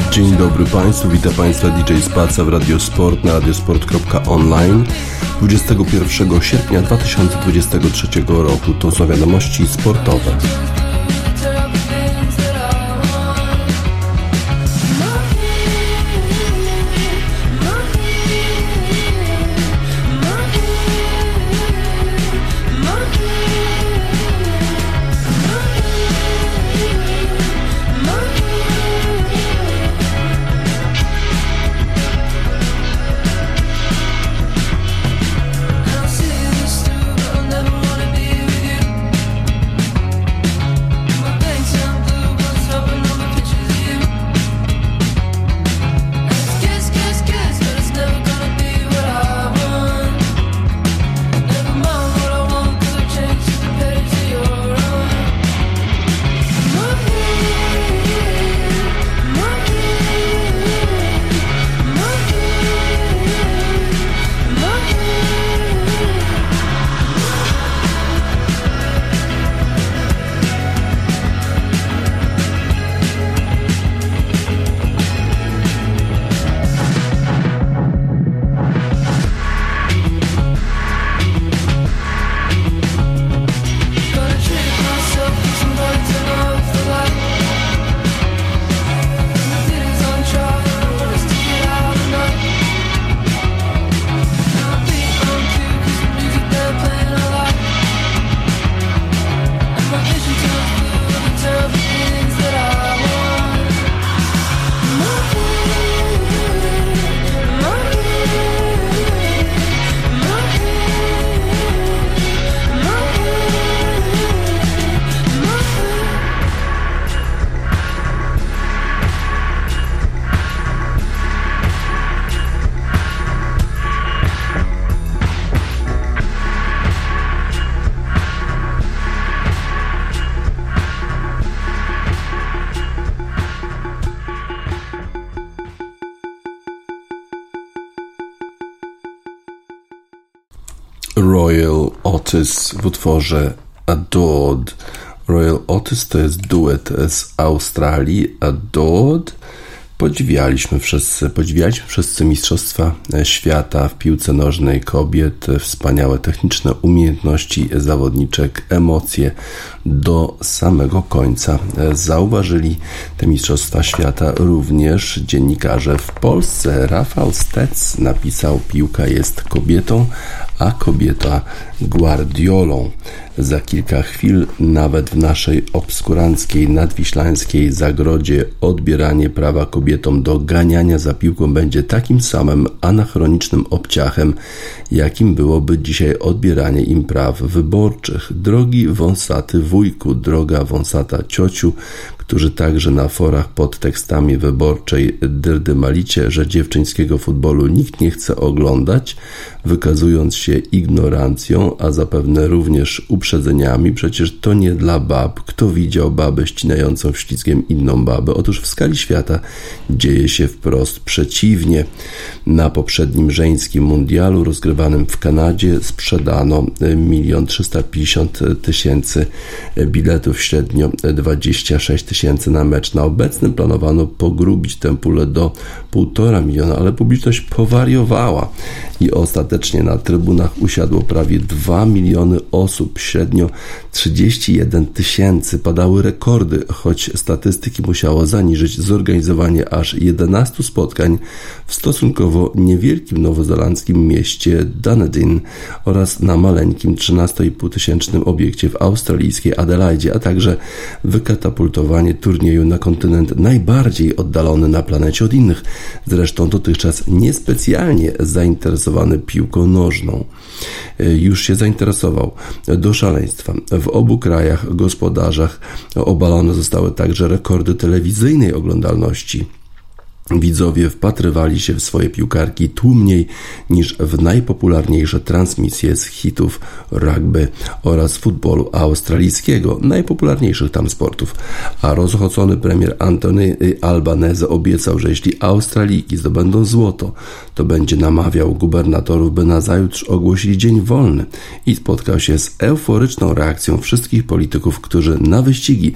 Dzień dobry Państwu, witam Państwa DJ Spaca w Radiosport na radiosport.online 21 sierpnia 2023 roku. To są wiadomości sportowe. Royal Otis w utworze Adored. Royal Otis to jest duet z Australii. Adored. Podziwialiśmy wszyscy Mistrzostwa Świata w piłce nożnej kobiet, wspaniałe techniczne umiejętności zawodniczek, emocje do samego końca. Zauważyli te Mistrzostwa Świata również dziennikarze w Polsce. Rafał Stec napisał: piłka jest kobietą, a kobieta Guardiolą. Za kilka chwil nawet w naszej obskuranckiej, nadwiślańskiej zagrodzie odbieranie prawa kobietom do ganiania za piłką będzie takim samym anachronicznym obciachem, jakim byłoby dzisiaj odbieranie im praw wyborczych. Drogi wąsaty wujku, droga wąsata ciociu, którzy także na forach pod tekstami wyborczej drdymalicie, że dziewczyńskiego futbolu nikt nie chce oglądać, wykazując się ignorancją, a zapewne również uprzedzeniami. Przecież to nie dla bab. Kto widział babę ścinającą ślizgiem inną babę? Otóż w skali świata dzieje się wprost przeciwnie. Na poprzednim żeńskim mundialu rozgrywanym w Kanadzie sprzedano 1 350 000 biletów, średnio 26 000 na mecz. Na obecnym planowano pogrubić tę pulę do 1,5 miliona, ale publiczność powariowała i ostatecznie na trybunach usiadło prawie 2 miliony osób, średnio 31 000. Padały rekordy, choć statystyki musiało zaniżyć zorganizowanie aż 11 spotkań w stosunkowo niewielkim nowozelandzkim mieście Dunedin oraz na maleńkim 13,5 tysięcznym obiekcie w australijskiej Adelaide, a także wykatapultowanie turnieju na kontynent najbardziej oddalony na planecie od innych, zresztą dotychczas niespecjalnie zainteresowany piłką nożną. Już się zainteresował do szaleństwa. W obu krajach gospodarzach obalone zostały także rekordy telewizyjnej oglądalności. Widzowie wpatrywali się w swoje piłkarki tłumniej niż w najpopularniejsze transmisje z hitów rugby oraz futbolu australijskiego, najpopularniejszych tam sportów. A rozochocony premier Anthony Albanese obiecał, że jeśli Australijki zdobędą złoto, to będzie namawiał gubernatorów, by nazajutrz ogłosili dzień wolny, i spotkał się z euforyczną reakcją wszystkich polityków, którzy na wyścigi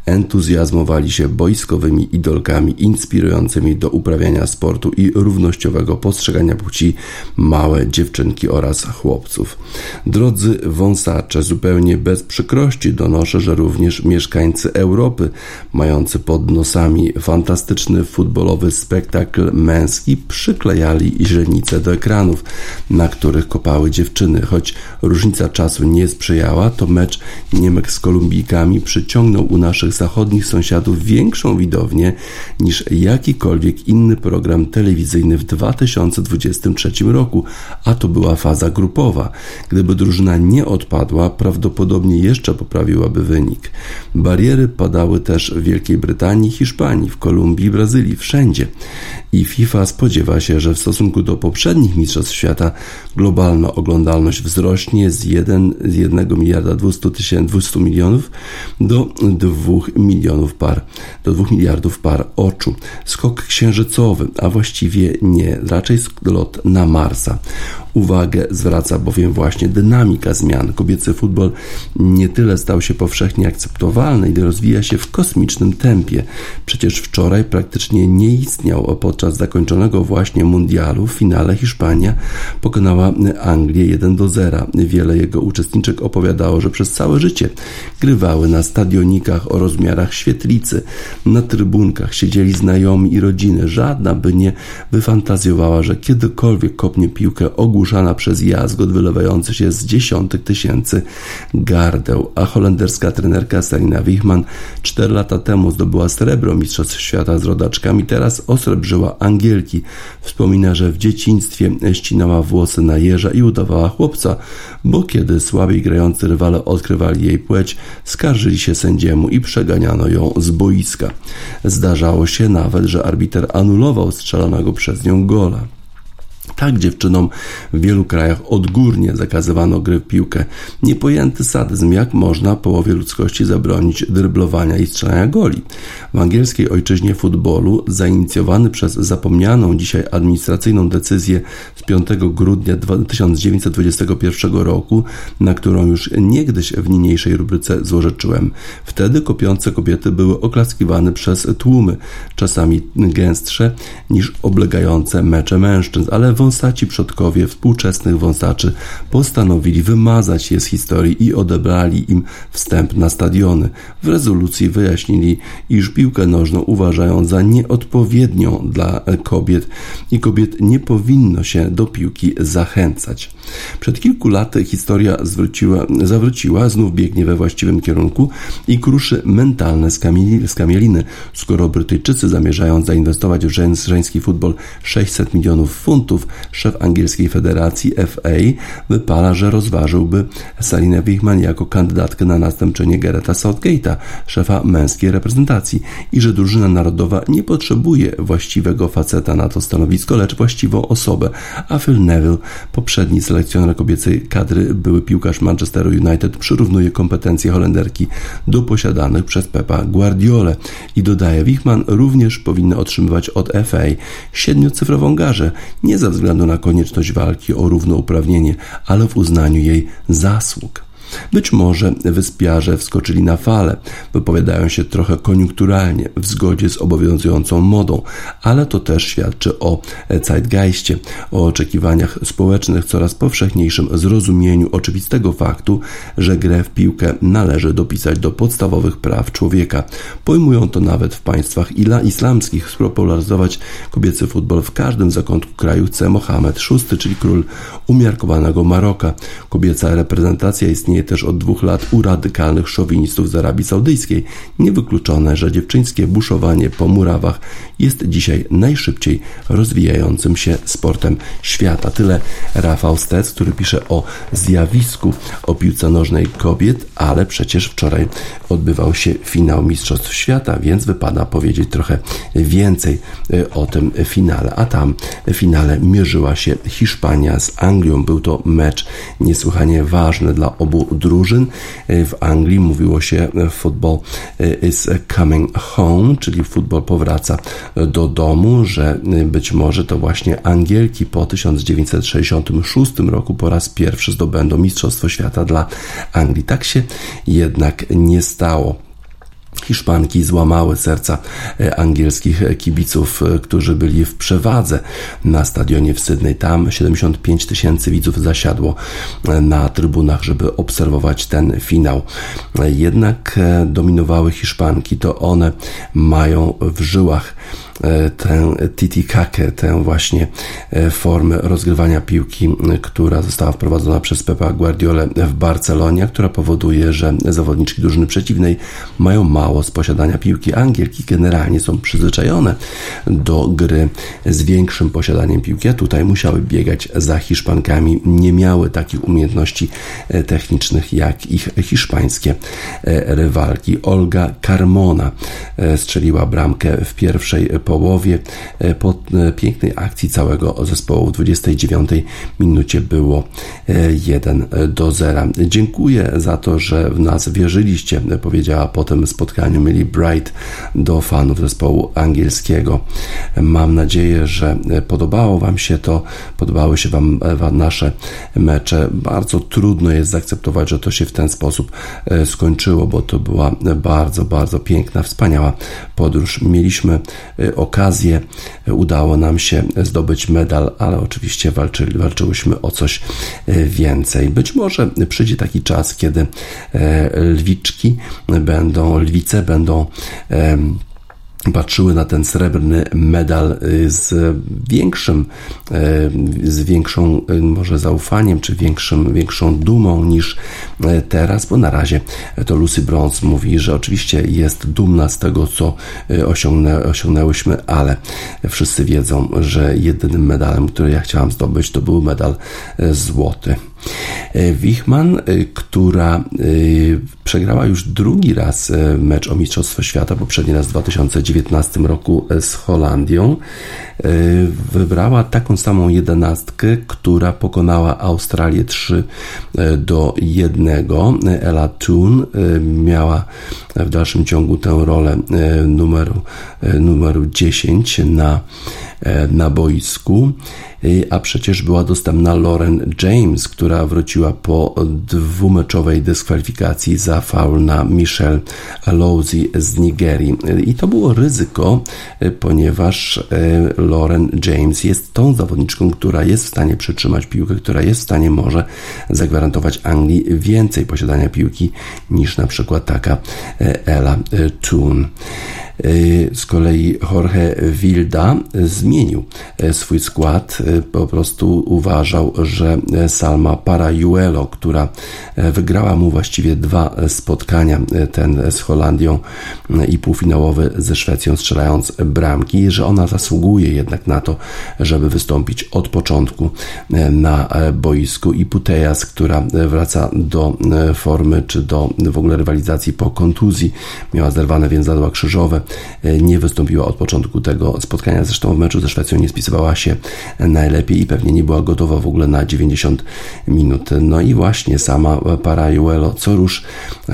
entuzjazmowali się boiskowymi idolkami inspirującymi do uprawiania sportu i równościowego postrzegania płci małe dziewczynki oraz chłopców. Drodzy wąsacze, zupełnie bez przykrości donoszę, że również mieszkańcy Europy, mający pod nosami fantastyczny futbolowy spektakl męski, przyklejali źrenice do ekranów, na których kopały dziewczyny. Choć różnica czasu nie sprzyjała, to mecz Niemek z Kolumbijkami przyciągnął u naszych zachodnich sąsiadów większą widownię niż jakikolwiek inny program telewizyjny w 2023 roku, a to była faza grupowa. Gdyby drużyna nie odpadła, prawdopodobnie jeszcze poprawiłaby wynik. Bariery padały też w Wielkiej Brytanii, Hiszpanii, w Kolumbii, Brazylii, wszędzie. I FIFA spodziewa się, że w stosunku do poprzednich mistrzostw świata globalna oglądalność wzrośnie z 1 miliarda 200 milionów do 2 miliardów par oczu. Skok księżycowy, a właściwie nie, raczej lot na Marsa. Uwagę zwraca bowiem właśnie dynamika zmian. Kobiecy futbol nie tyle stał się powszechnie akceptowalny, ile rozwija się w kosmicznym tempie. Przecież wczoraj praktycznie nie istniał. Podczas zakończonego właśnie mundialu w finale Hiszpania pokonała Anglię 1-0. Wiele jego uczestniczek opowiadało, że przez całe życie grywały na stadionikach o rozmiarach świetlicy. Na trybunkach siedzieli znajomi i rodziny. Żadna by nie wyfantazjowała, że kiedykolwiek kopnie piłkę ogłuszana przez jazgot wylewający się z dziesiątek tysięcy gardeł. A holenderska trenerka Sarina Wiegman 4 lata temu zdobyła srebro mistrzostw świata z rodaczkami, teraz osrebrzyła Angielki. Wspomina, że w dzieciństwie ścinała włosy na jeża i udawała chłopca, bo kiedy słabiej grający rywale odkrywali jej płeć, skarżyli się sędziemu i przeganiano ją z boiska. Zdarzało się nawet, że arbiter anulował strzelonego przez nią gola. Tak dziewczynom w wielu krajach odgórnie zakazywano gry w piłkę. Niepojęty sadyzm, jak można połowie ludzkości zabronić dryblowania i strzelania goli. W angielskiej ojczyźnie futbolu, zainicjowany przez zapomnianą dzisiaj administracyjną decyzję z 5 grudnia 1921 roku, na którą już niegdyś w niniejszej rubryce złorzeczyłem. Wtedy kopiące kobiety były oklaskiwane przez tłumy, czasami gęstsze niż oblegające mecze mężczyzn, ale wąsaci przodkowie współczesnych wąsaczy postanowili wymazać je z historii i odebrali im wstęp na stadiony. W rezolucji wyjaśnili, iż piłkę nożną uważają za nieodpowiednią dla kobiet i kobiet nie powinno się do piłki zachęcać. Przed kilku laty historia zawróciła, znów biegnie we właściwym kierunku i kruszy mentalne skamieliny. Skoro Brytyjczycy zamierzają zainwestować w żeński futbol 600 milionów funtów, szef angielskiej federacji FA wypala, że rozważyłby Sarinę Wiegman jako kandydatkę na następczynię Gareta Southgate'a, szefa męskiej reprezentacji, i że drużyna narodowa nie potrzebuje właściwego faceta na to stanowisko, lecz właściwą osobę, a Phil Neville, poprzedni selekcjoner kobiecej kadry, były piłkarz Manchesteru United, przyrównuje kompetencje Holenderki do posiadanych przez Pepa Guardiolę i dodaje, Wiegman również powinna otrzymywać od FA 7-cyfrową garzę, nie ze względu na konieczność walki o równouprawnienie, ale w uznaniu jej zasług. Być może wyspiarze wskoczyli na falę, wypowiadają się trochę koniunkturalnie, w zgodzie z obowiązującą modą, ale to też świadczy o zeitgeistie, o oczekiwaniach społecznych, coraz powszechniejszym zrozumieniu oczywistego faktu, że grę w piłkę należy dopisać do podstawowych praw człowieka. Pojmują to nawet w państwach islamskich. Spopularyzować kobiecy futbol w każdym zakątku kraju chce Mohamed VI, czyli król umiarkowanego Maroka. Kobieca reprezentacja istnieje też od 2 lat u radykalnych szowinistów z Arabii Saudyjskiej. Niewykluczone, że dziewczyńskie buszowanie po murawach jest dzisiaj najszybciej rozwijającym się sportem świata. Tyle Rafał Stec, który pisze o zjawisku, o piłce nożnej kobiet, ale przecież wczoraj odbywał się finał Mistrzostw Świata, więc wypada powiedzieć trochę więcej o tym finale. A tam w finale mierzyła się Hiszpania z Anglią. Był to mecz niesłychanie ważny dla obu drużyn. W Anglii mówiło się football is coming home, czyli futbol powraca do domu, że być może to właśnie Angielki po 1966 roku po raz pierwszy zdobędą Mistrzostwo Świata dla Anglii. Tak się jednak nie stało. Hiszpanki złamały serca angielskich kibiców, którzy byli w przewadze na stadionie w Sydney. Tam 75 000 widzów zasiadło na trybunach, żeby obserwować ten finał. Jednak dominowały Hiszpanki, to one mają w żyłach tę tiki-takę, tę właśnie formę rozgrywania piłki, która została wprowadzona przez Pepa Guardiolę w Barcelonie, która powoduje, że zawodniczki drużyny przeciwnej mają mało z posiadania piłki. Angielki generalnie są przyzwyczajone do gry z większym posiadaniem piłki, a tutaj musiały biegać za Hiszpankami. Nie miały takich umiejętności technicznych jak ich hiszpańskie rywalki. Olga Carmona strzeliła bramkę w pierwszej połowie po pięknej akcji całego zespołu. W 29 minucie było 1-0. Dziękuję za to, że w nas wierzyliście, powiedziała po tym spotkaniu Millie Bright do fanów zespołu angielskiego. Mam nadzieję, że podobało Wam się to, podobały się Wam nasze mecze. Bardzo trudno jest zaakceptować, że to się w ten sposób skończyło, bo to była bardzo, bardzo piękna, wspaniała podróż. Mieliśmy okazję, udało nam się zdobyć medal, ale oczywiście walczyłyśmy o coś więcej. Być może przyjdzie taki czas, kiedy lwice będą patrzyły na ten srebrny medal z większą może zaufaniem, czy większą dumą niż teraz, bo na razie to Lucy Bronze mówi, że oczywiście jest dumna z tego, co osiągnęłyśmy, ale wszyscy wiedzą, że jedynym medalem, który ja chciałam zdobyć, to był medal złoty. Wichmann, która przegrała już drugi raz mecz o Mistrzostwo Świata, poprzedni raz w 2019 roku z Holandią, wybrała taką samą 11, która pokonała Australię 3-1. Ella Toone miała w dalszym ciągu tę rolę numeru 10 na boisku, a przecież była dostępna Lauren James, która wróciła po dwumeczowej dyskwalifikacji za faul na Michelle Alouzi z Nigerii. I to było ryzyko, ponieważ Lauren James jest tą zawodniczką, która jest w stanie przytrzymać piłkę, która jest w stanie może zagwarantować Anglii więcej posiadania piłki niż na przykład taka Ella Toone. Z kolei Jorge Vilda zmienił swój skład, po prostu uważał, że Salma Parayuelo, która wygrała mu właściwie 2 spotkania, ten z Holandią i półfinałowy ze Szwecją, strzelając bramki, że ona zasługuje jednak na to, żeby wystąpić od początku na boisku, i Putellas, która wraca do formy, czy do w ogóle rywalizacji po kontuzji, miała zerwane więzadła krzyżowe, nie wystąpiła od początku tego spotkania, zresztą w meczu ze Szwecją nie spisywała się najlepiej i pewnie nie była gotowa w ogóle na 90 minut. No i właśnie sama Parayuelo co rusz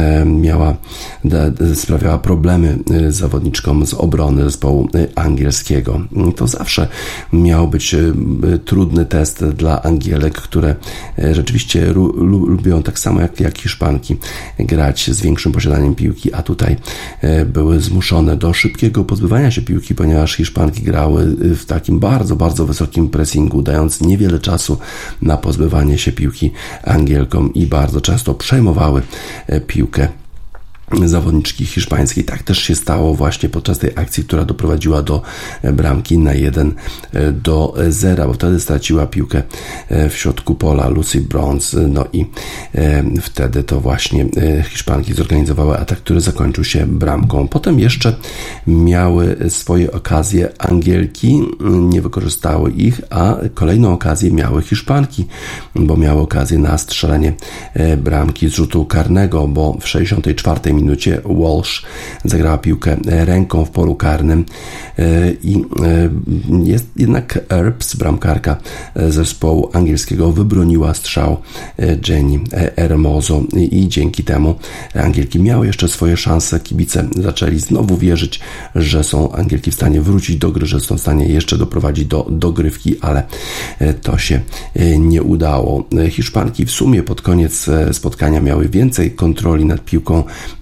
sprawiała problemy zawodniczkom z obrony zespołu angielskiego. To zawsze miał być trudny test dla Angielek, które rzeczywiście lubią tak samo jak Hiszpanki grać z większym posiadaniem piłki, a tutaj były zmuszone do szybkiego pozbywania się piłki, ponieważ Hiszpanki grały w takim bardzo, bardzo wysokim pressingu, dając niewiele czasu na pozbywanie się piłki Angielkom i bardzo często przejmowały piłkę zawodniczki hiszpańskiej. Tak też się stało właśnie podczas tej akcji, która doprowadziła do bramki na 1-0, bo wtedy straciła piłkę w środku pola Lucy Bronze, no i wtedy to właśnie Hiszpanki zorganizowały atak, który zakończył się bramką. Potem jeszcze miały swoje okazje Angielki, nie wykorzystały ich, a kolejną okazję miały Hiszpanki, bo miały okazję na strzelenie bramki z rzutu karnego, bo w 64 minucie Walsh zagrała piłkę ręką w polu karnym i jest jednak Earps, bramkarka zespołu angielskiego, wybroniła strzał Jenny Hermoso i dzięki temu Angielki miały jeszcze swoje szanse. Kibice zaczęli znowu wierzyć, że są Angielki w stanie wrócić do gry, że są w stanie jeszcze doprowadzić do dogrywki, ale to się nie udało. Hiszpanki w sumie pod koniec spotkania miały więcej kontroli nad piłką,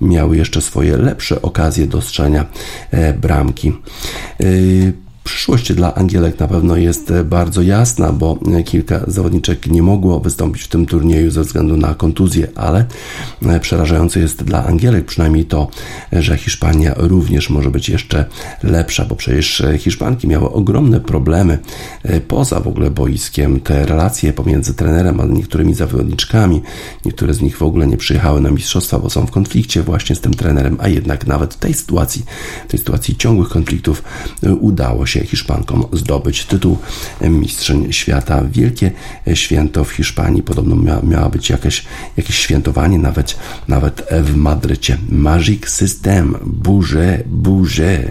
miały jeszcze swoje lepsze okazje do strzelania bramki. Przyszłość dla Angielek na pewno jest bardzo jasna, bo kilka zawodniczek nie mogło wystąpić w tym turnieju ze względu na kontuzję, ale przerażające jest dla Angielek przynajmniej to, że Hiszpania również może być jeszcze lepsza, bo przecież Hiszpanki miały ogromne problemy poza w ogóle boiskiem. Te relacje pomiędzy trenerem a niektórymi zawodniczkami, niektóre z nich w ogóle nie przyjechały na mistrzostwa, bo są w konflikcie właśnie z tym trenerem, a jednak nawet w tej sytuacji ciągłych konfliktów udało się Hiszpankom zdobyć tytuł mistrzyń świata. Wielkie święto w Hiszpanii, podobno miało być jakieś świętowanie nawet w Madrycie. Magic System, bouge, bouge.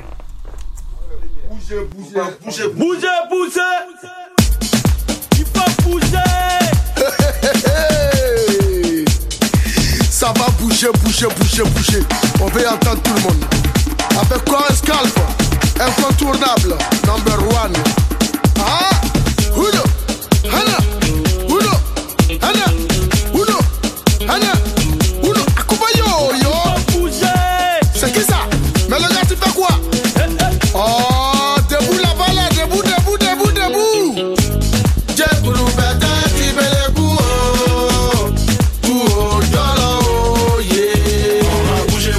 Ça va bouger. On veut entendre tout le monde. Avec quoi un scalp? Incontournable, number one. Ah, uno, hana, uno, hana, uno, hana, uno. Akubayo, yo. C'est qui ça? Mais le gars, tu fais quoi? Oh, debout là-bas, là, debout. Debout, bête, tu mets les coups. Oh, yolo, yeah. On va bouger.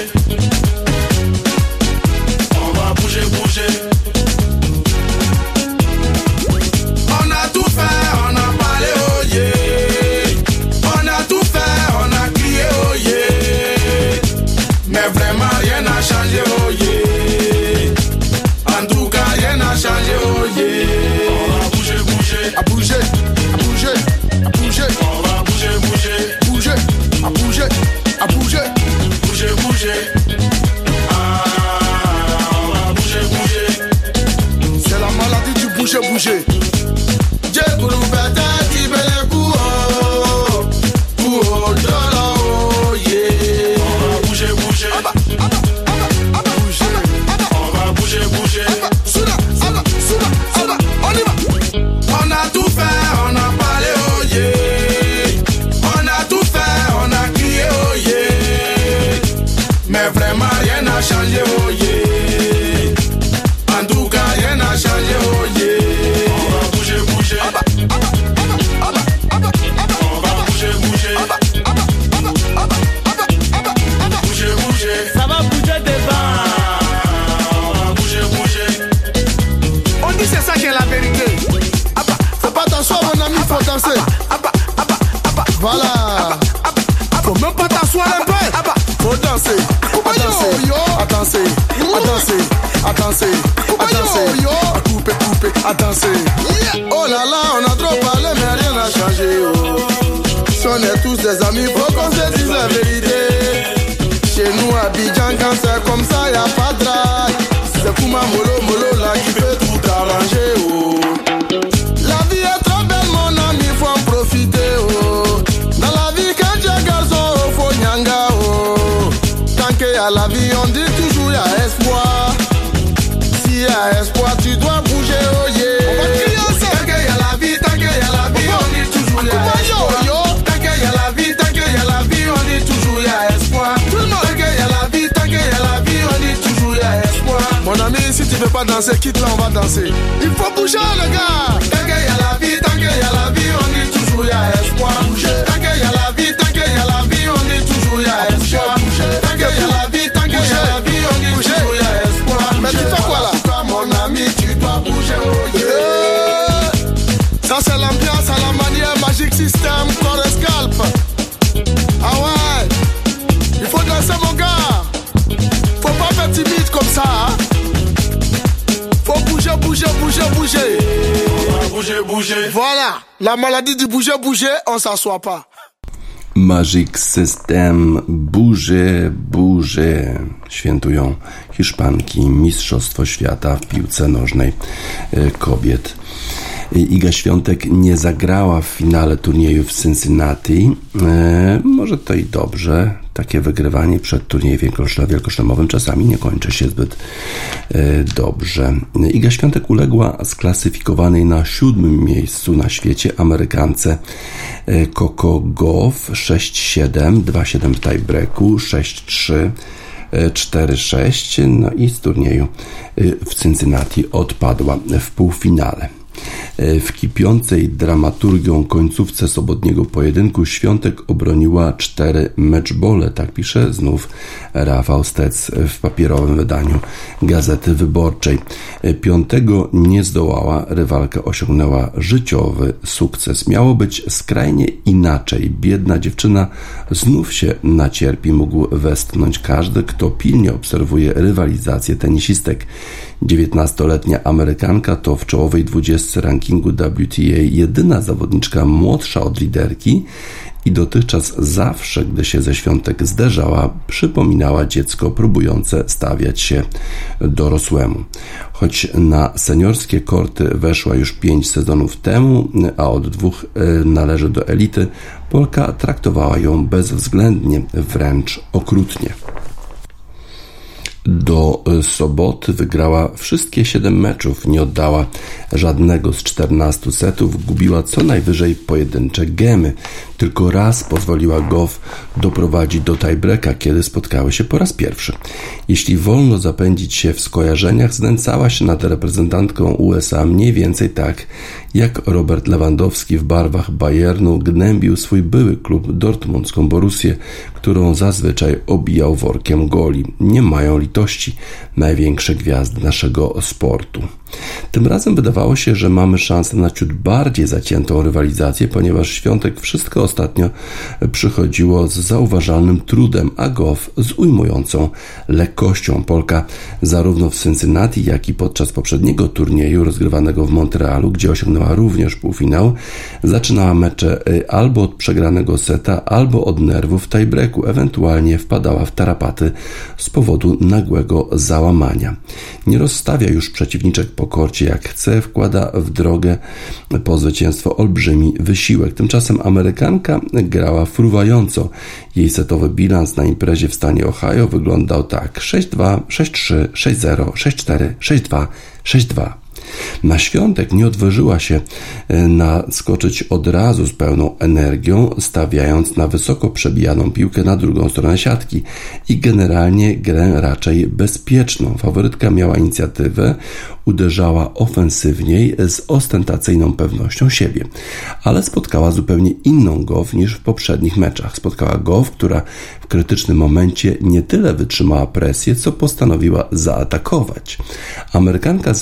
On a tout fait, on a parlé, oh yeah. On a tout fait, on a crié, oh yeah. Mais vraiment rien n'a changé, oh yeah. En tout cas rien n'a changé, oh yeah. On va bouger. À bouger. On va bouger. À bouger. Bouger. C'est la maladie du bouger. J'ai voulu bête, tu mets les coups, oh, oh, yeah. On va bouger. On va bouger. Souda, on y va. On a tout fait, on a parlé, oh yeah. On a tout fait, on a crié, oh yeah. Mais vraiment rien n'a changé, oh yeah. En tout cas rien n'a changé, oh yeah. On va bouger. On va bouger. Bouger. Ça va bouger devant. On va bouger. On dit c'est ça qui est la vérité. Faut pas t'asseoir mon ami, faut danser. Voilà. Faut même pas t'asseoir un peu. Faut danser. À danser. À couper. À danser. Oh là là, on a trop parlé mais rien n'a changé. Oh. Si on est tous des amis, faut qu'on se dise la vérité. Chez nous à Abidjan, quand c'est comme ça, y'a pas de drague. C'est Kouma Molo là qui peut tout arranger. Oh. La vie est trop belle mon ami, faut en profiter. Oh. Dans la vie quand tu es garçon, faut nyanga. Oh. Tant qu'il y a la vie, on dit toujours y'a espoir. S'il y a espoir, tu dois bouger, oh yeah. On va crier ensemble. Tant qu'il y a la vie, on dit toujours y'a espoir. Tant qu'il y a la vie, on dit toujours y'a espoir. Tout le monde. Tant qu'il y a la vie, on dit toujours y'a espoir. Mon ami, si tu veux pas danser, quitte là, on va danser. Il faut bouger, le gars. Tant qu'il y a la vie, on dit toujours y'a espoir. Tant qu'il y a la vie, on dit toujours y'a espoir. Tant qu'il y a la vie, on dit toujours y'a espoir. Mais tu fais quoi là? Mon ami, tu dois bouger, oh yeah. Ça c'est l'ambiance à la manière Magic System, corps et scalp. Ah ouais, il faut danser mon gars. Faut pas faire timide comme ça, hein? Faut bouger. On va bouger. Voilà, la maladie du bouger, on s'assoit pas. Magic System, bouge. Świętują Hiszpanki Mistrzostwo Świata w piłce nożnej kobiet. Iga Świątek nie zagrała w finale turnieju w Cincinnati. Może to i dobrze. Takie wygrywanie przed turniejem wielkoszlemowym czasami nie kończy się zbyt dobrze. Iga Świątek uległa sklasyfikowanej na 7. miejscu na świecie Amerykance Coco Gauff 6-7, 2-7 w tiebreaku, 6-3, 4-6, no i z turnieju w Cincinnati odpadła w półfinale. W kipiącej dramaturgią końcówce sobotniego pojedynku Świątek obroniła 4 matchbole, tak pisze znów Rafał Stec w papierowym wydaniu Gazety Wyborczej. 5. nie zdołała, rywalka osiągnęła życiowy sukces. Miało być skrajnie inaczej. Biedna dziewczyna znów się nacierpi, mógł westchnąć każdy, kto pilnie obserwuje rywalizację tenisistek. 19-letnia Amerykanka to w czołowej 20 rankingu WTA jedyna zawodniczka młodsza od liderki i dotychczas zawsze, gdy się ze Świątek zderzała, przypominała dziecko próbujące stawiać się dorosłemu. Choć na seniorskie korty weszła już 5 sezonów temu, a od 2 należy do elity, Polka traktowała ją bezwzględnie, wręcz okrutnie. Do soboty wygrała wszystkie 7 meczów, nie oddała żadnego z 14 setów, gubiła co najwyżej pojedyncze gemy. Tylko raz pozwoliła Gauff doprowadzić do tiebreaka, kiedy spotkały się po raz pierwszy. Jeśli wolno zapędzić się w skojarzeniach, znęcała się nad reprezentantką USA mniej więcej tak, jak Robert Lewandowski w barwach Bayernu gnębił swój były klub dortmundzką Borussię, którą zazwyczaj obijał workiem goli. Nie mają litości największe gwiazdy naszego sportu. Tym razem wydawało się, że mamy szansę na ciut bardziej zaciętą rywalizację, ponieważ Świątek wszystko ostatnio przychodziło z zauważalnym trudem, a Gauff z ujmującą lekkością. Polka zarówno w Cincinnati, jak i podczas poprzedniego turnieju rozgrywanego w Montrealu, gdzie osiągnęła również półfinał, zaczynała mecze albo od przegranego seta, albo od nerwów w tiebreaku, ewentualnie wpadała w tarapaty z powodu nagłego załamania. Nie rozstawia już przeciwniczek po korcie jak chce, wkłada w drogę po zwycięstwo olbrzymi wysiłek. Tymczasem Amerykanka grała fruwająco. Jej setowy bilans na imprezie w stanie Ohio wyglądał tak: 6-2, 6-3, 6-0, 6-4, 6-2, 6-2. Na Świątek nie odważyła się naskoczyć od razu z pełną energią, stawiając na wysoko przebijaną piłkę na drugą stronę siatki i generalnie grę raczej bezpieczną. Faworytka miała inicjatywę, uderzała ofensywniej z ostentacyjną pewnością siebie, ale spotkała zupełnie inną Gauff niż w poprzednich meczach. Spotkała Gauff, która w krytycznym momencie nie tyle wytrzymała presję, co postanowiła zaatakować. Amerykanka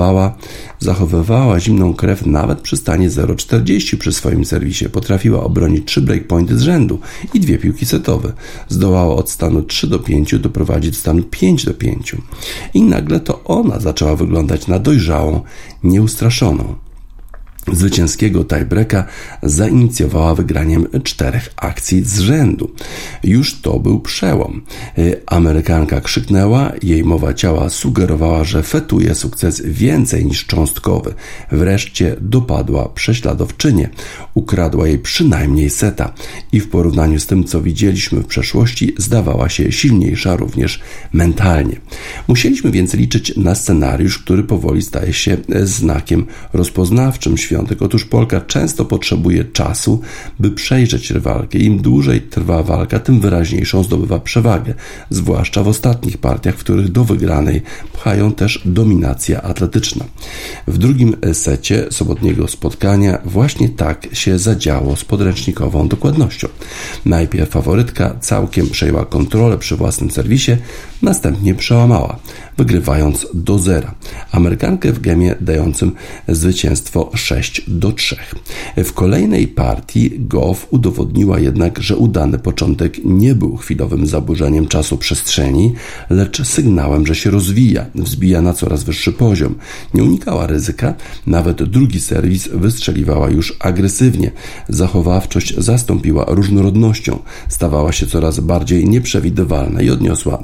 zachowywała zimną krew nawet przy stanie 0-40 przy swoim serwisie. Potrafiła obronić 3 breakpointy z rzędu i 2 piłki setowe. Zdołała od stanu 3-5 doprowadzić do stanu 5-5. I nagle to ona zaczęła wyglądać na dojrzałą, nieustraszoną. Zwycięskiego tiebreaka zainicjowała wygraniem 4 akcji z rzędu. Już to był przełom. Amerykanka krzyknęła, jej mowa ciała sugerowała, że fetuje sukces więcej niż cząstkowy. Wreszcie dopadła prześladowczynię. Ukradła jej przynajmniej seta i w porównaniu z tym, co widzieliśmy w przeszłości, zdawała się silniejsza również mentalnie. Musieliśmy więc liczyć na scenariusz, który powoli staje się znakiem rozpoznawczym Świątek. Otóż Polka często potrzebuje czasu, by przejrzeć rywalkę. Im dłużej trwa walka, tym wyraźniejszą zdobywa przewagę, zwłaszcza w ostatnich partiach, w których do wygranej pchają też dominacja atletyczna. W drugim secie sobotniego spotkania właśnie tak się zadziało z podręcznikową dokładnością. Najpierw faworytka całkiem przejęła kontrolę przy własnym serwisie, następnie przełamała, wygrywając do 0. Amerykankę w gemie dającym zwycięstwo 6-3. W kolejnej partii Gauff udowodniła jednak, że udany początek nie był chwilowym zaburzeniem czasu-przestrzeni, lecz sygnałem, że się rozwija, wzbija na coraz wyższy poziom. Nie unikała ryzyka, nawet drugi serwis wystrzeliwała już agresywnie. Zachowawczość zastąpiła różnorodnością, stawała się coraz bardziej nieprzewidywalna i odniosła najcenniejsze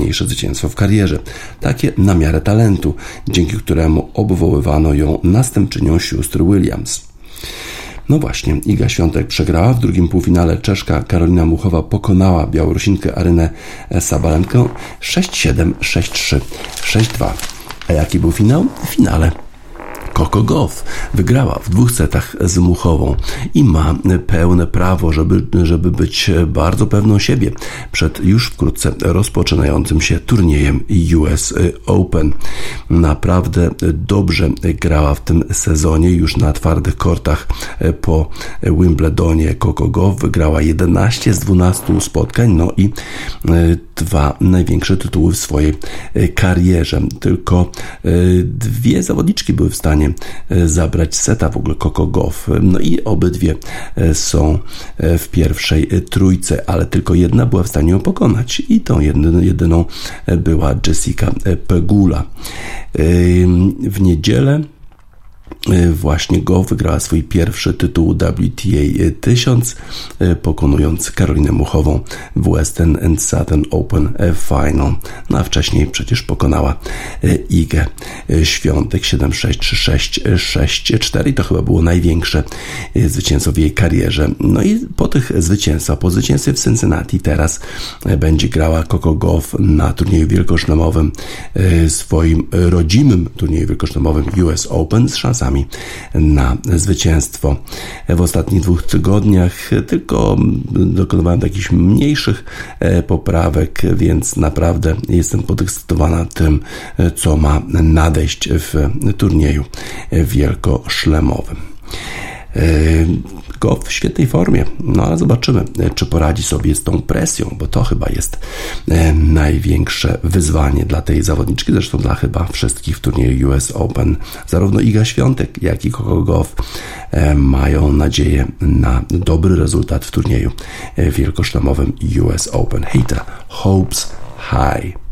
najważniejsze zwycięstwo w karierze. Takie na miarę talentu, dzięki któremu obwoływano ją następczynią sióstr Williams. No właśnie, Iga Świątek przegrała. W drugim półfinale Czeszka Karolina Muchowa pokonała Białorusinkę Arynę Sabalenkę 6-7, 6-3, 6-2. A jaki był finał? W finale Coco Gauff wygrała w 2 setach z Muchową i ma pełne prawo, żeby być bardzo pewną siebie przed już wkrótce rozpoczynającym się turniejem US Open. Naprawdę dobrze grała w tym sezonie już na twardych kortach po Wimbledonie. Coco Gauff wygrała 11 z 12 spotkań, no i 2 największe tytuły w swojej karierze. Tylko 2 zawodniczki były w stanie zabrać seta w ogóle Coco Gauff. No i obydwie są w pierwszej trójce, ale tylko jedna była w stanie ją pokonać i tą jedyną była Jessica Pegula. W niedzielę właśnie Gauff wygrała swój pierwszy tytuł WTA 1000, pokonując Karolinę Muchową w Western and Southern Open Final. No a wcześniej przecież pokonała Igę Świątek 7-6, 3-6, 6-4 i to chyba było największe zwycięstwo w jej karierze. No i po zwycięstwie w Cincinnati teraz będzie grała Coco Gauff na turnieju wielkoszlemowym, swoim rodzimym turnieju wielkoszlemowym US Open z szansami na zwycięstwo. W ostatnich 2 tygodniach tylko dokonywałem jakichś mniejszych poprawek, więc naprawdę jestem podekscytowana tym, co ma nadejść w turnieju wielkoszlemowym. Gauff w świetnej formie, no ale zobaczymy, czy poradzi sobie z tą presją, bo to chyba jest największe wyzwanie dla tej zawodniczki, zresztą dla chyba wszystkich w turnieju US Open. Zarówno Iga Świątek, jak i Coco Gauff mają nadzieję na dobry rezultat w turnieju wielkoszlemowym US Open. Hejta, hopes high.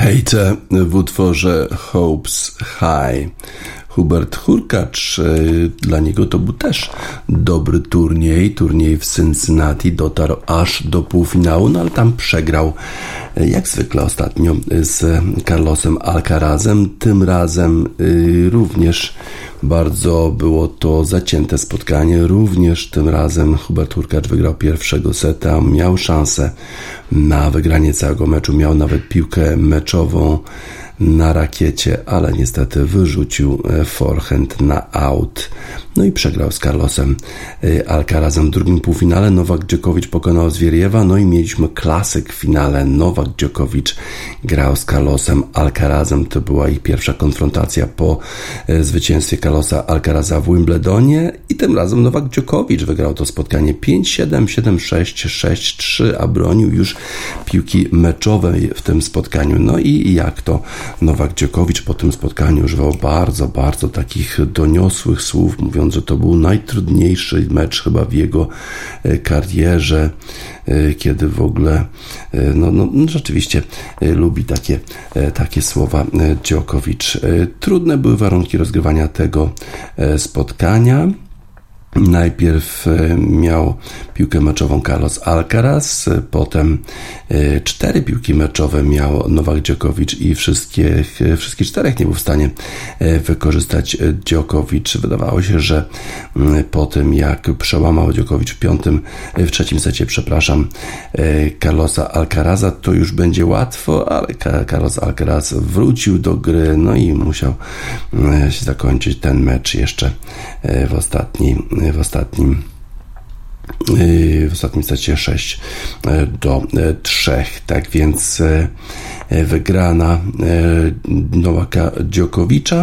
Hejte w utworze Hopes High. Hubert Hurkacz, dla niego to był też dobry turniej w Cincinnati, dotarł aż do półfinału, no ale tam przegrał jak zwykle ostatnio z Carlosem Alcarazem. Tym razem również bardzo było to zacięte spotkanie, również tym razem Hubert Hurkacz wygrał pierwszego seta, miał szansę na wygranie całego meczu, miał nawet piłkę meczową na rakiecie, ale niestety wyrzucił forehand na out. No i przegrał z Carlosem Alcarazem w drugim półfinale. Nowak Djokovic pokonał Zwieriewa, no i mieliśmy klasyk w finale. Nowak Djokovic grał z Carlosem Alcarazem. To była ich pierwsza konfrontacja po zwycięstwie Carlosa Alcaraza w Wimbledonie i tym razem Nowak Djokovic wygrał to spotkanie 5-7, 7-6, 6-3, a bronił już piłki meczowej w tym spotkaniu. No i jak to Nowak Djokovic po tym spotkaniu używał bardzo, bardzo takich doniosłych słów, mówiąc, że to był najtrudniejszy mecz chyba w jego karierze, kiedy w ogóle rzeczywiście lubi takie słowa Djokovic. Trudne były warunki rozgrywania tego spotkania. Najpierw miał piłkę meczową Carlos Alcaraz, potem 4 piłki meczowe miał Nowak Djokovic i wszystkich 4 nie był w stanie wykorzystać Djokovic. Wydawało się, że po tym jak przełamał Djokovic w trzecim secie, Carlosa Alcaraza, to już będzie łatwo, ale Carlos Alcaraz wrócił do gry, no i musiał się zakończyć ten mecz jeszcze w ostatnim secie 6-3. Tak więc wygrana Nowaka Djokovicza,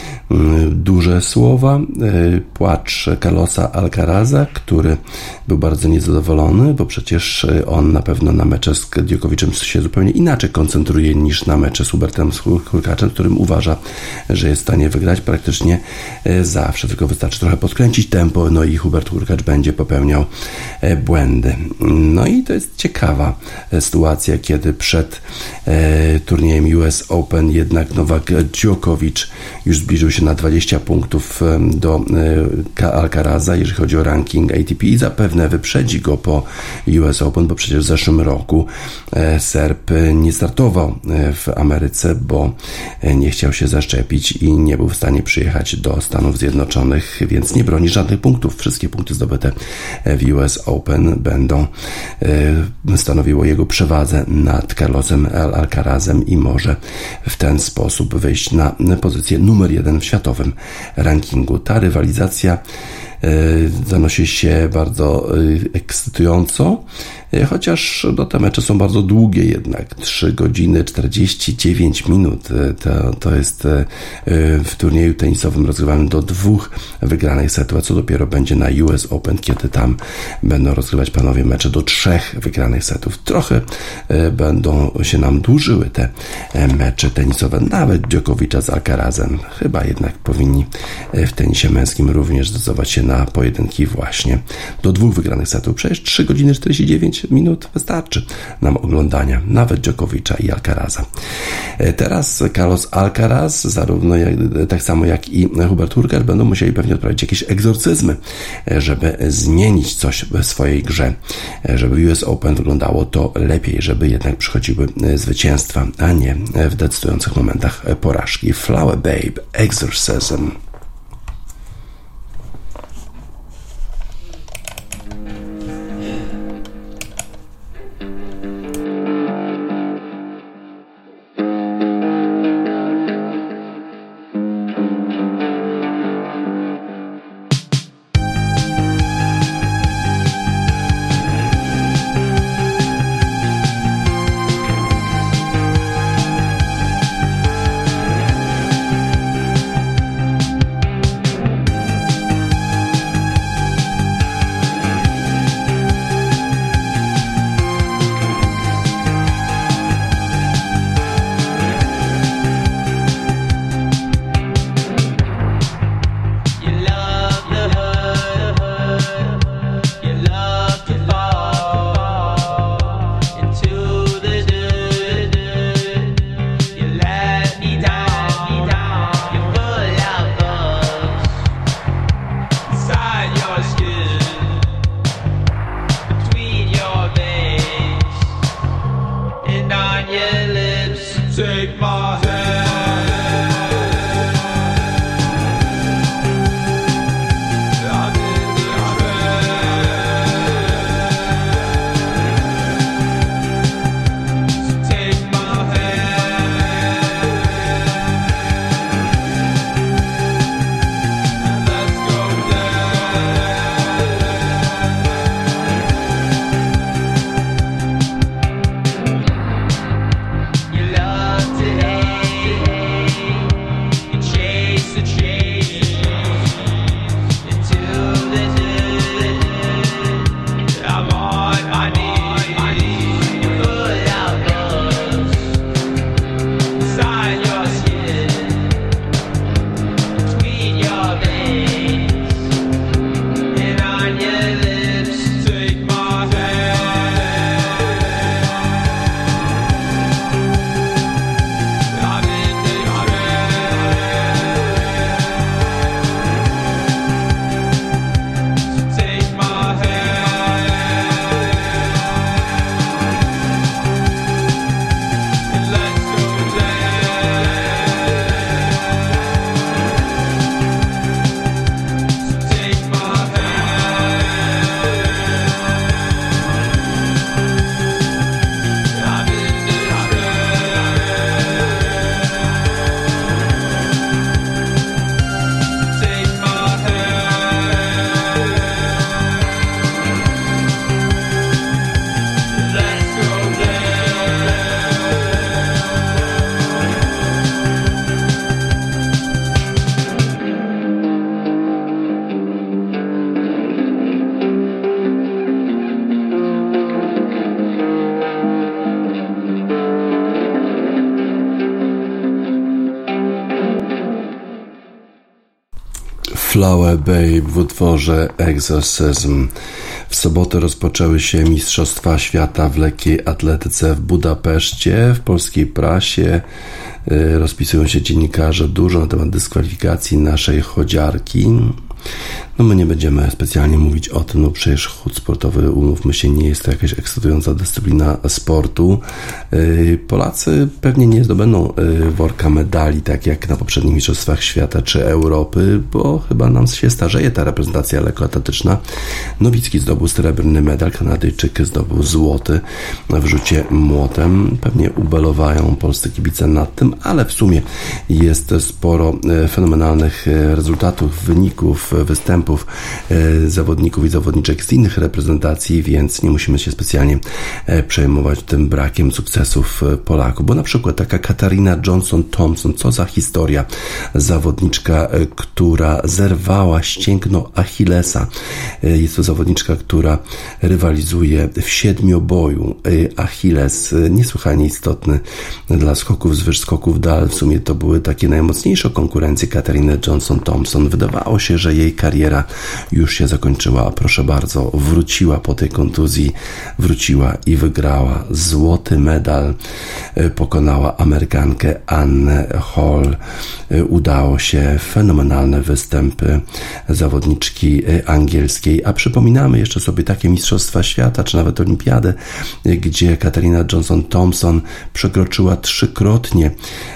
duże słowa, płacz Carlosa Alcaraza, który był bardzo niezadowolony, bo przecież on na pewno na mecze z Djokovicem się zupełnie inaczej koncentruje niż na mecze z Hubertem Hurkaczem, którym uważa, że jest w stanie wygrać praktycznie zawsze, tylko wystarczy trochę podkręcić tempo, no i Hubert Hurkacz będzie popełniał błędy. No i to jest ciekawa sytuacja, kiedy przed turniejem US Open jednak Nowak Djokovic już zbliżył się na 20 punktów do Alcaraza, jeżeli chodzi o ranking ATP, i zapewne wyprzedzi go po US Open, bo przecież w zeszłym roku Serb nie startował w Ameryce, bo nie chciał się zaszczepić i nie był w stanie przyjechać do Stanów Zjednoczonych, więc nie broni żadnych punktów. Wszystkie punkty zdobyte w US Open będą stanowiło jego przewadzę nad Carlosem Alcarazem i może w ten sposób wyjść na pozycję numer 1 w światowym rankingu. Ta rywalizacja zanosi się bardzo ekscytująco, chociaż te mecze są bardzo długie jednak. 3 godziny 49 minut. To jest w turnieju tenisowym rozgrywanym do 2 wygranych setów, a co dopiero będzie na US Open, kiedy tam będą rozgrywać panowie mecze do 3 wygranych setów. Trochę będą się nam dłużyły te mecze tenisowe, nawet Djokovicza z Alcarazem. Chyba jednak powinni w tenisie męskim również zdecydować się na pojedynki właśnie do 2 wygranych setów. Przecież 3 godziny 49 minut wystarczy nam oglądania nawet Djokovicza i Alcaraza. Teraz Carlos Alcaraz, tak samo jak i Hubert Hurkacz, będą musieli pewnie odprawić jakieś egzorcyzmy, żeby zmienić coś w swojej grze, żeby US Open wyglądało to lepiej, żeby jednak przychodziły zwycięstwa, a nie w decydujących momentach porażki. Flower Babe, Exorcism. Take my hand. I'm in the trance. Take my hand and let's go down. You love to hate, you chase the chase into the hood. I'm on my knees. You put out loves inside your skin, between your veins and on your lips. Take my hand. I'm in the trance. Take my hand and let's go down. Take my hand. I'm in the trance. Take my hand. Let's go down. Flower Babe w utworze Exorcism. W sobotę rozpoczęły się Mistrzostwa Świata w lekkiej atletyce w Budapeszcie. W polskiej prasie rozpisują się dziennikarze dużo na temat dyskwalifikacji naszej chodziarki. No my nie będziemy specjalnie mówić o tym, no przecież chód sportowy, umówmy się, nie jest to jakaś ekscytująca dyscyplina sportu. Polacy pewnie nie zdobędą worka medali, tak jak na poprzednich Mistrzostwach Świata czy Europy, bo chyba nam się starzeje ta reprezentacja lekkoatletyczna. Nowicki zdobył srebrny medal, Kanadyjczyk zdobył złoty w rzucie młotem. Pewnie ubolewają polscy kibice nad tym, ale w sumie jest sporo fenomenalnych rezultatów, wyników, występów zawodników i zawodniczek z innych reprezentacji, więc nie musimy się specjalnie przejmować tym brakiem sukcesów Polaków, bo na przykład taka Katarina Johnson-Thompson, co za historia, zawodniczka, która zerwała ścięgno Achillesa. Jest to zawodniczka, która rywalizuje w siedmioboju. Achilles niesłychanie istotny dla skoków z wyż, skoków dal. W sumie to były takie najmocniejsze konkurencje Katariny Johnson-Thompson. Wydawało się, że jej kariera już się zakończyła, a proszę bardzo, wróciła po tej kontuzji, wróciła i wygrała złoty medal, pokonała Amerykankę Annę Hall. Udało się, fenomenalne występy zawodniczki angielskiej, a przypominamy jeszcze sobie takie Mistrzostwa Świata, czy nawet Olimpiadę, gdzie Katarina Johnson-Thompson przekroczyła trzykrotnie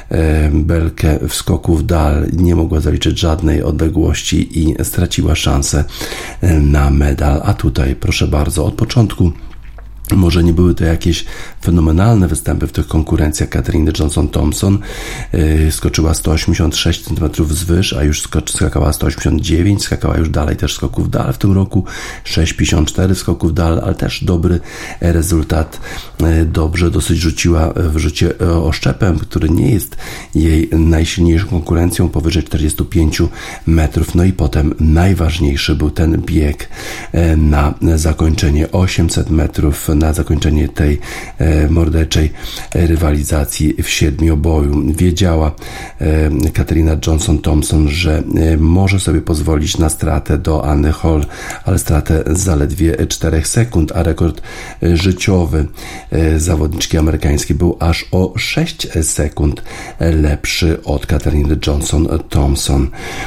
belkę w skoku w dal, nie mogła zaliczyć żadnej odległości i straciła szansę na medal, a tutaj proszę bardzo, od początku może nie były to jakieś fenomenalne występy w tych konkurencjach Katariny Johnson-Thompson. Skoczyła 186 cm z wyż, a już skakała 189, skakała już dalej też skoków dal w tym roku, 6,54 skoków dal, ale też dobry rezultat. Dobrze dosyć rzuciła w rzucie oszczepem, który nie jest jej najsilniejszą konkurencją, powyżej 45 metrów. No i potem najważniejszy był ten bieg na zakończenie 800 metrów, na zakończenie tej morderczej rywalizacji w siedmioboju. Wiedziała Katarina Johnson-Thompson, że może sobie pozwolić na stratę do Anny Hall, ale stratę zaledwie 4 sekund, a rekord życiowy zawodniczki amerykańskiej był aż o 6 sekund lepszy od Katariny Johnson-Thompson.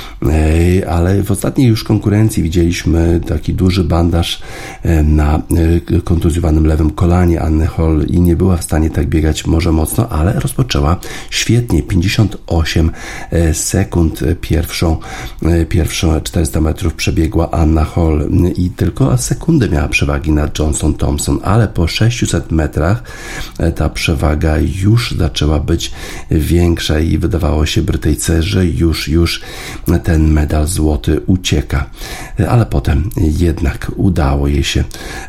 Ale w ostatniej już konkurencji widzieliśmy taki duży bandaż na kontuzjowanym uszkodzonym lewym kolanie Anny Hall i nie była w stanie tak biegać może mocno, ale rozpoczęła świetnie. 58 sekund pierwszą 400 metrów przebiegła Anna Hall i tylko sekundę miała przewagi nad Johnson Thompson, ale po 600 metrach ta przewaga już zaczęła być większa i wydawało się Brytyjce, że już ten medal złoty ucieka. Ale potem jednak udało jej się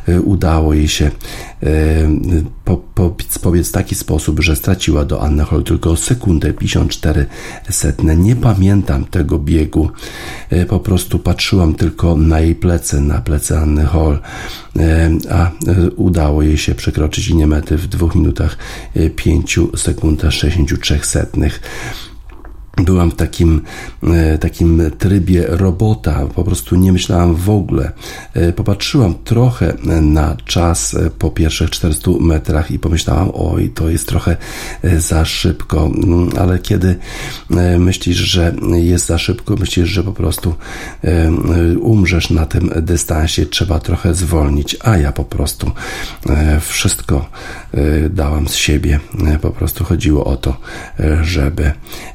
pobiec w taki sposób, że straciła do Anny Hall tylko sekundę 54 setne. Nie pamiętam tego biegu, po prostu patrzyłam tylko na jej plecy, na plecy Anny Hall, a udało jej się przekroczyć linię mety w 2 minutach 5 sekundach 63 setnych. Byłam w takim trybie robota, po prostu nie myślałam w ogóle. Popatrzyłam trochę na czas po pierwszych 400 metrach i pomyślałam, oj, to jest trochę za szybko, ale kiedy myślisz, że jest za szybko, myślisz, że po prostu umrzesz na tym dystansie, trzeba trochę zwolnić, a ja po prostu wszystko dałam z siebie. Po prostu chodziło o to, żeby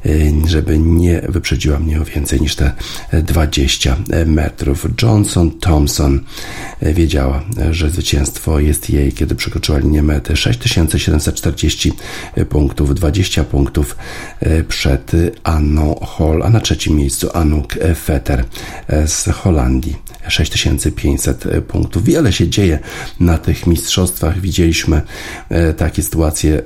nie wyprzedziła mnie o więcej niż te 20 metrów. Johnson Thompson wiedziała, że zwycięstwo jest jej, kiedy przekroczyła linię mety. 6740 punktów, 20 punktów przed Anną Hall, a na trzecim miejscu Anouk Vetter z Holandii. 6500 punktów. Wiele się dzieje na tych mistrzostwach. Widzieliśmy takie sytuacje,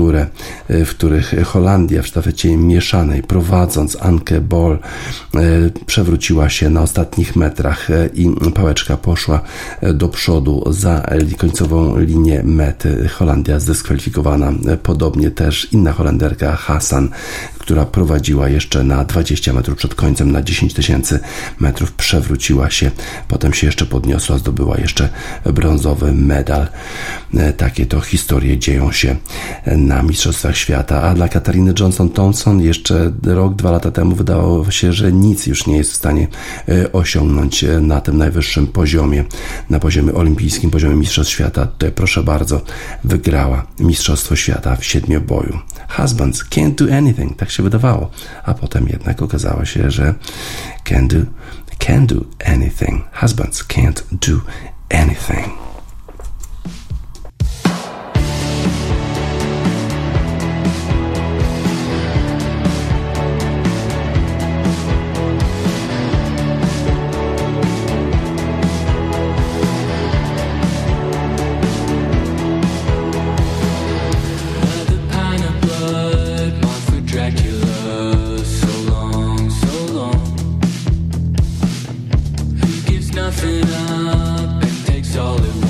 w których Holandia w sztafecie mieszanej, prowadząc Anke Bol, przewróciła się na ostatnich metrach i pałeczka poszła do przodu za końcową linię mety. Holandia zdyskwalifikowana. Podobnie też inna Holenderka Hassan, która prowadziła jeszcze na 20 metrów przed końcem, na 10 000 metrów przewróciła się, potem się jeszcze podniosła, zdobyła jeszcze brązowy medal. Takie to historie dzieją się na Mistrzostwach Świata, a dla Katariny Johnson-Thompson jeszcze rok, 2 lata temu wydawało się, że nic już nie jest w stanie osiągnąć na tym najwyższym poziomie, na poziomie olimpijskim, poziomie Mistrzostw Świata. Tutaj proszę bardzo, wygrała Mistrzostwo Świata w 7-boju. Husbands can't do anything, tak się wydawało, a potem jednak okazało się, że can do anything. Husbands can't do anything. Nothing up and takes all it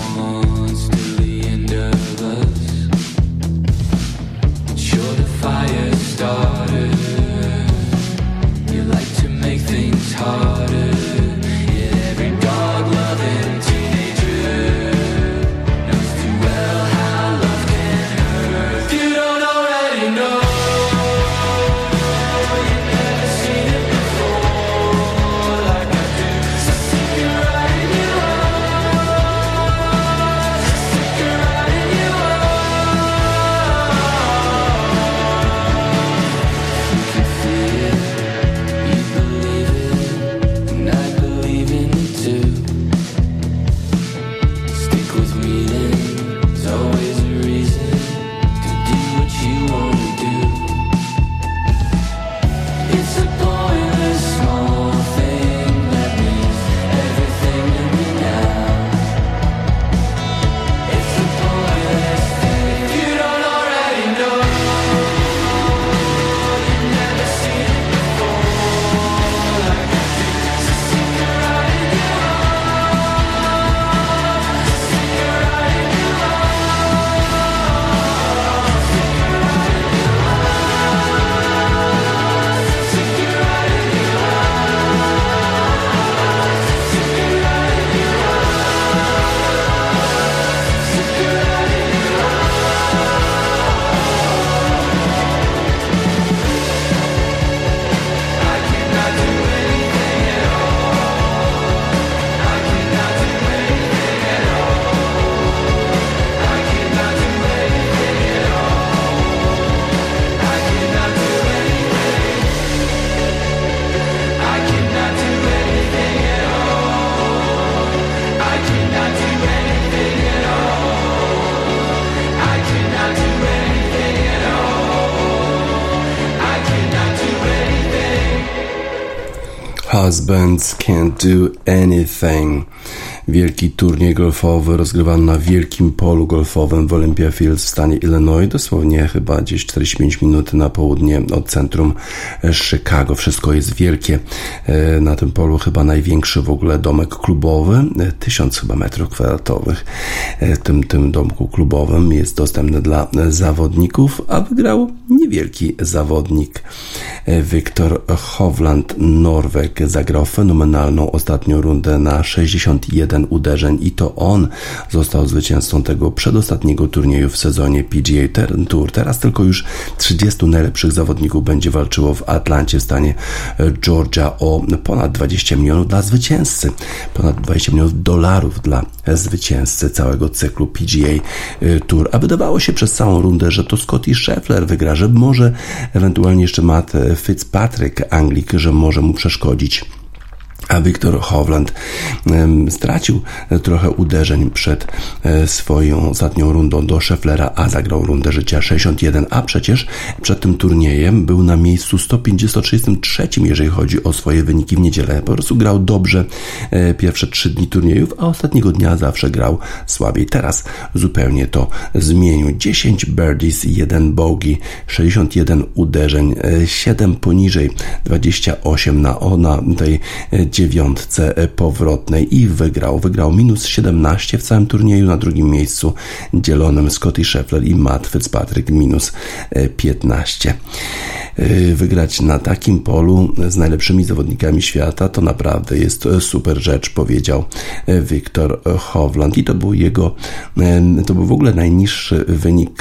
Husbands Can't Do Anything. Wielki turniej golfowy rozgrywany na wielkim polu golfowym w Olympia Fields w stanie Illinois, dosłownie chyba gdzieś 45 minut na południe od centrum Chicago. Wszystko jest wielkie. Na tym polu chyba największy w ogóle domek klubowy, 1000 chyba metrów kwadratowych. Tym domku klubowym jest dostępny dla zawodników, a wygrał niewielki zawodnik. Viktor Hovland, Norweg, zagrał fenomenalną ostatnią rundę na 61 uderzeń i to on został zwycięzcą tego przedostatniego turnieju w sezonie PGA Tour. Teraz tylko już 30 najlepszych zawodników będzie walczyło w Atlancie w stanie Georgia o ponad 20 milionów dla zwycięzcy, ponad 20 milionów dolarów dla zwycięzcy całego cyklu PGA Tour. A wydawało się przez całą rundę, że to Scottie Scheffler wygra, że może ewentualnie jeszcze Matt Fitzpatrick, Anglik, że może mu przeszkodzić. A Viktor Hovland stracił trochę uderzeń przed swoją ostatnią rundą do Schefflera, a zagrał rundę życia 61, a przecież przed tym turniejem był na miejscu 133, jeżeli chodzi o swoje wyniki w niedzielę. Po prostu grał dobrze pierwsze 3 dni turniejów, a ostatniego dnia zawsze grał słabiej. Teraz zupełnie to zmienił. 10 birdies, 1 bogey, 61 uderzeń, 7 poniżej, 28 na tej 9 powrotnej i wygrał minus 17 w całym turnieju, na drugim miejscu dzielonym Scottie Scheffler i Matt Fitzpatrick minus 15. Wygrać na takim polu z najlepszymi zawodnikami świata to naprawdę jest super rzecz, powiedział Viktor Hovland i to był w ogóle najniższy wynik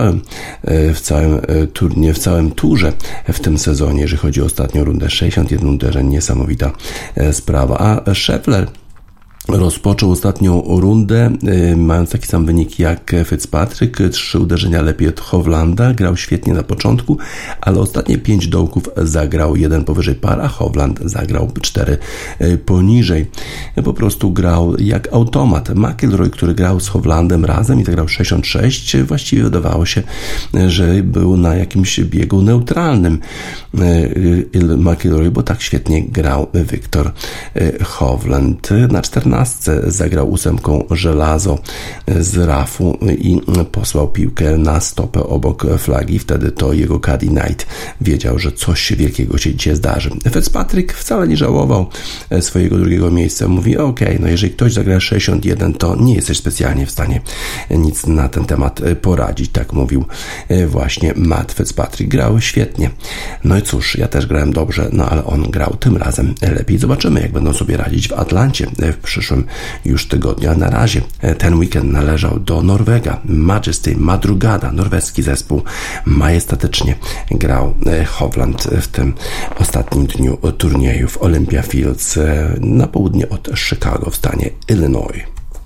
w całym turze w tym sezonie, jeżeli chodzi o ostatnią rundę. 61 uderzeń, niesamowita sprawa. A Scheffler rozpoczął ostatnią rundę, mając taki sam wynik jak Fitzpatrick, 3 uderzenia lepiej od Hovlanda, grał świetnie na początku, ale ostatnie 5 dołków zagrał 1 powyżej par, a Hovland zagrał 4 poniżej. Po prostu grał jak automat. McIlroy, który grał z Hovlandem razem i zagrał 66, właściwie wydawało się, że był na jakimś biegu neutralnym McIlroy, bo tak świetnie grał Viktor Hovland. Na 14 zagrał 8 żelazo z rafu i posłał piłkę na stopę obok flagi. Wtedy to jego caddy Knight wiedział, że coś wielkiego się dzisiaj zdarzy. Fitzpatrick wcale nie żałował swojego drugiego miejsca. Mówi, no jeżeli ktoś zagra 61, to nie jesteś specjalnie w stanie nic na ten temat poradzić. Tak mówił właśnie Matt Fitzpatrick. Grał świetnie. No i cóż, ja też grałem dobrze, ale on grał tym razem lepiej. Zobaczymy, jak będą sobie radzić w Atlancie w przyszłym już tygodniu. A na razie ten weekend należał do Norwega. Majesty, Madrugada, norweski zespół, majestatycznie grał Hovland w tym ostatnim dniu turnieju w Olympia Fields na południe od Chicago w stanie Illinois.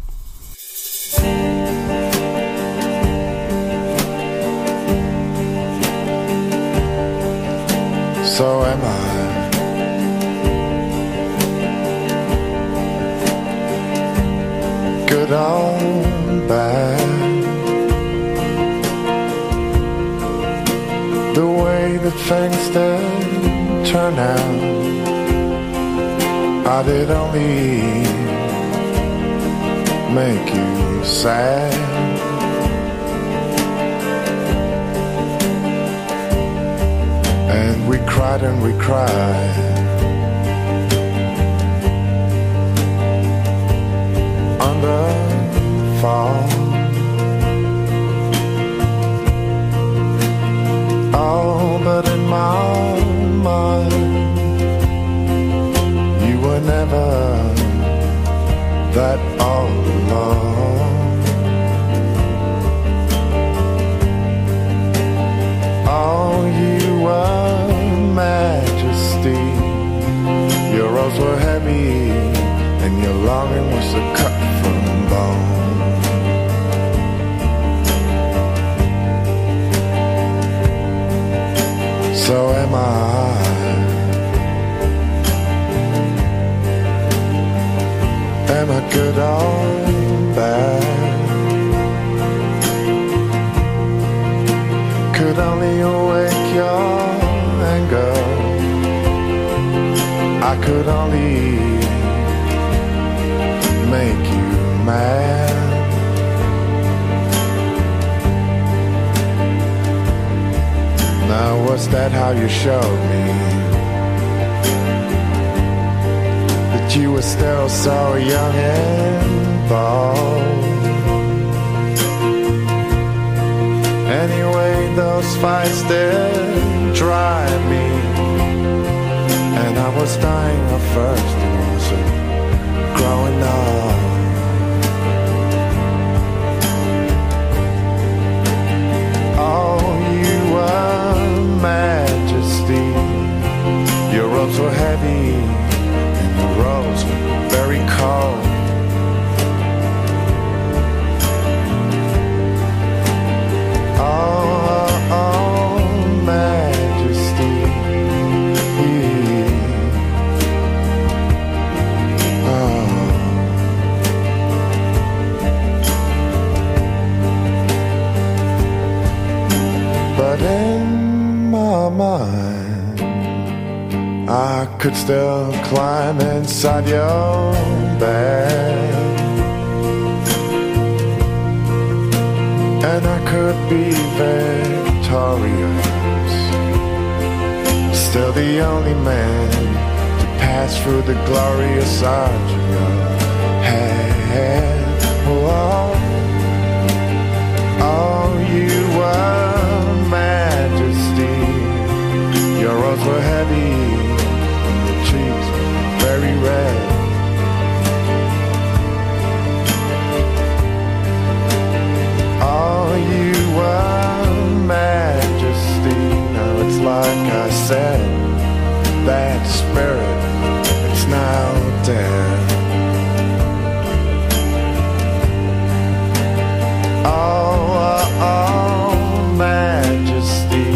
So am I. Good or bad, the way that things did turn out, I did only make you sad. And we cried and we cried under fall. Oh, but in my mind, you were never that all alone. Oh, you were majesty, your rose were heavy, and your longing was a cut from bone. So am I. Am I good or bad? Could only awake your anger. I I could only make you mad. Now was that how you showed me that you were still so young and bold? Anyway, those fights did drive me, and I was dying of thirst and also growing up. Oh, you were majesty. Your robes were heavy and your robes were very cold. I could still climb inside your bed, and I could be victorious, still the only man to pass through the glorious arch of your head. Oh, oh, you were majesty. Your robes were heavy, your cheeks very red. Oh, you were majesty. Now it's like I said, that spirit, it's now dead. Oh, majesty.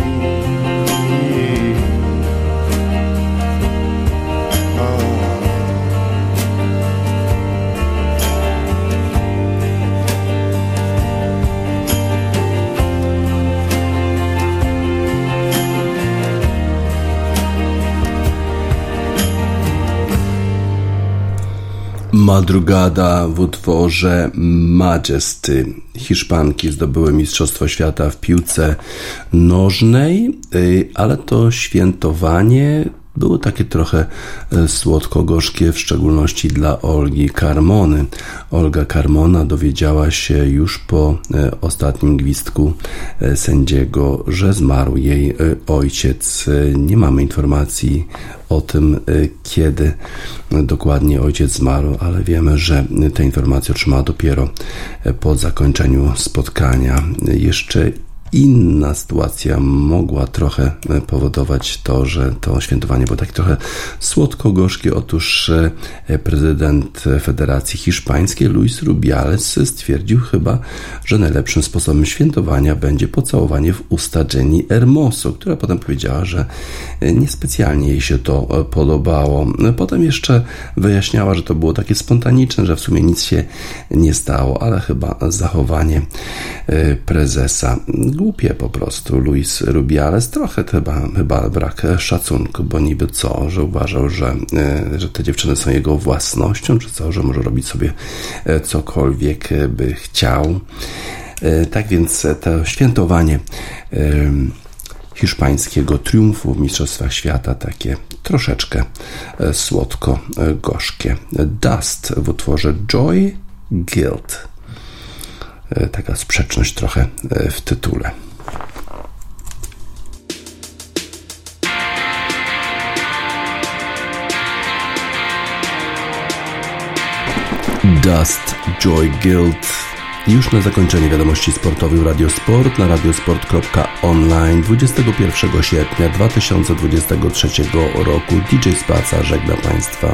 Madrugada w utworze Majesty. Hiszpanki zdobyły Mistrzostwo Świata w piłce nożnej, ale to świętowanie było takie trochę słodko-gorzkie, w szczególności dla Olgi Carmony. Olga Carmona dowiedziała się już po ostatnim gwizdku sędziego, że zmarł jej ojciec. Nie mamy informacji o tym, kiedy dokładnie ojciec zmarł, ale wiemy, że tę informację otrzymała dopiero po zakończeniu spotkania. Jeszcze inna sytuacja mogła trochę powodować to, że to świętowanie było tak trochę słodko-gorzkie. Otóż prezydent Federacji Hiszpańskiej Luis Rubiales stwierdził chyba, że najlepszym sposobem świętowania będzie pocałowanie w usta Jenny Hermoso, która potem powiedziała, że niespecjalnie jej się to podobało. Potem jeszcze wyjaśniała, że to było takie spontaniczne, że w sumie nic się nie stało, ale chyba zachowanie prezesa głupie po prostu. Luis Rubiales trochę chyba brak szacunku, bo niby co, że uważał, że te dziewczyny są jego własnością, czy co, że może robić sobie cokolwiek by chciał. Tak więc to świętowanie hiszpańskiego triumfu w Mistrzostwach Świata takie troszeczkę słodko-gorzkie. Dust w utworze Joy, Guilt. Taka sprzeczność trochę w tytule. Dust, Joy, Guilt. Już na zakończenie wiadomości sportowych Radio Sport na radiosport.online 21 sierpnia 2023 roku. DJ Spaca żegna Państwa.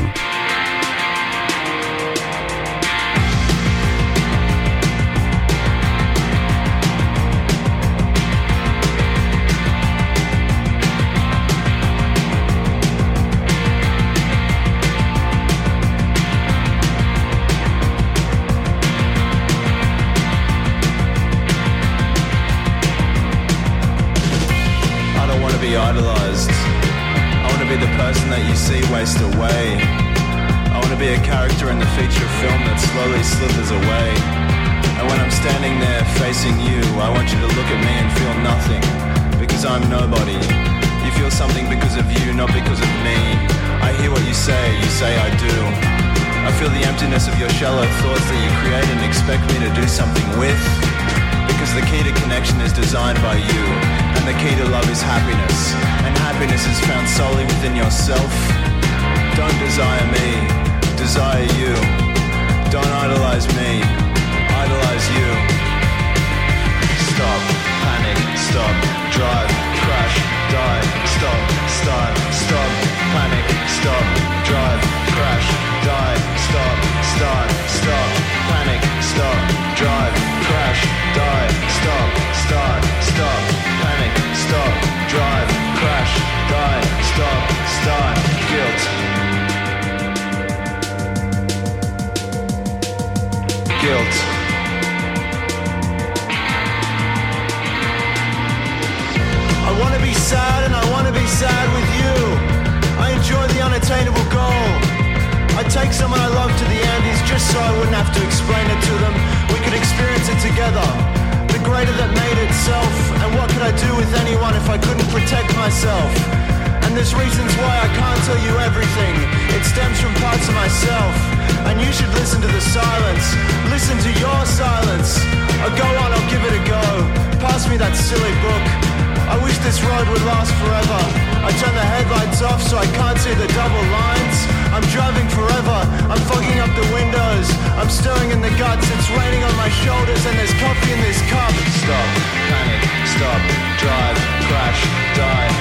Idolized. I want to wanna be the person that you see waste away. I wanna be a character in the feature film that slowly slithers away. And when I'm standing there facing you, I want you to look at me and feel nothing, because I'm nobody. You feel something because of you, not because of me. I hear what you say I do. I feel the emptiness of your shallow thoughts that you create and expect me to do something with. Because the key to connection is designed by you, and the key to love is happiness, and happiness is found solely within yourself. Don't desire me, desire you. Don't idolize me, idolize you. Stop, panic, stop, drive, crash, die, stop, start, stop, panic, stop, drive, crash, die, stop, start, stop, panic, stop, drive, crash, die, stop, start, stop, panic, stop, drive, crash, die, stop, start, guilt. Guilt. I wanna be sad and I wanna be sad with you. I enjoy the unattainable goal. I'd take someone I love to the Andes just so I wouldn't have to explain it to them. We could experience it together. The greater that made itself. And what could I do with anyone if I couldn't protect myself? And there's reasons why I can't tell you everything. It stems from parts of myself. And you should listen to the silence. Listen to your silence. I'll go on, I'll give it a go. Pass me that silly book. I wish this road would last forever. I turn the headlights off so I can't see the double lines. I'm driving forever, I'm fogging up the windows. I'm stirring in the guts, it's raining on my shoulders and there's coffee in this cup. Stop, panic, stop, drive, crash, die,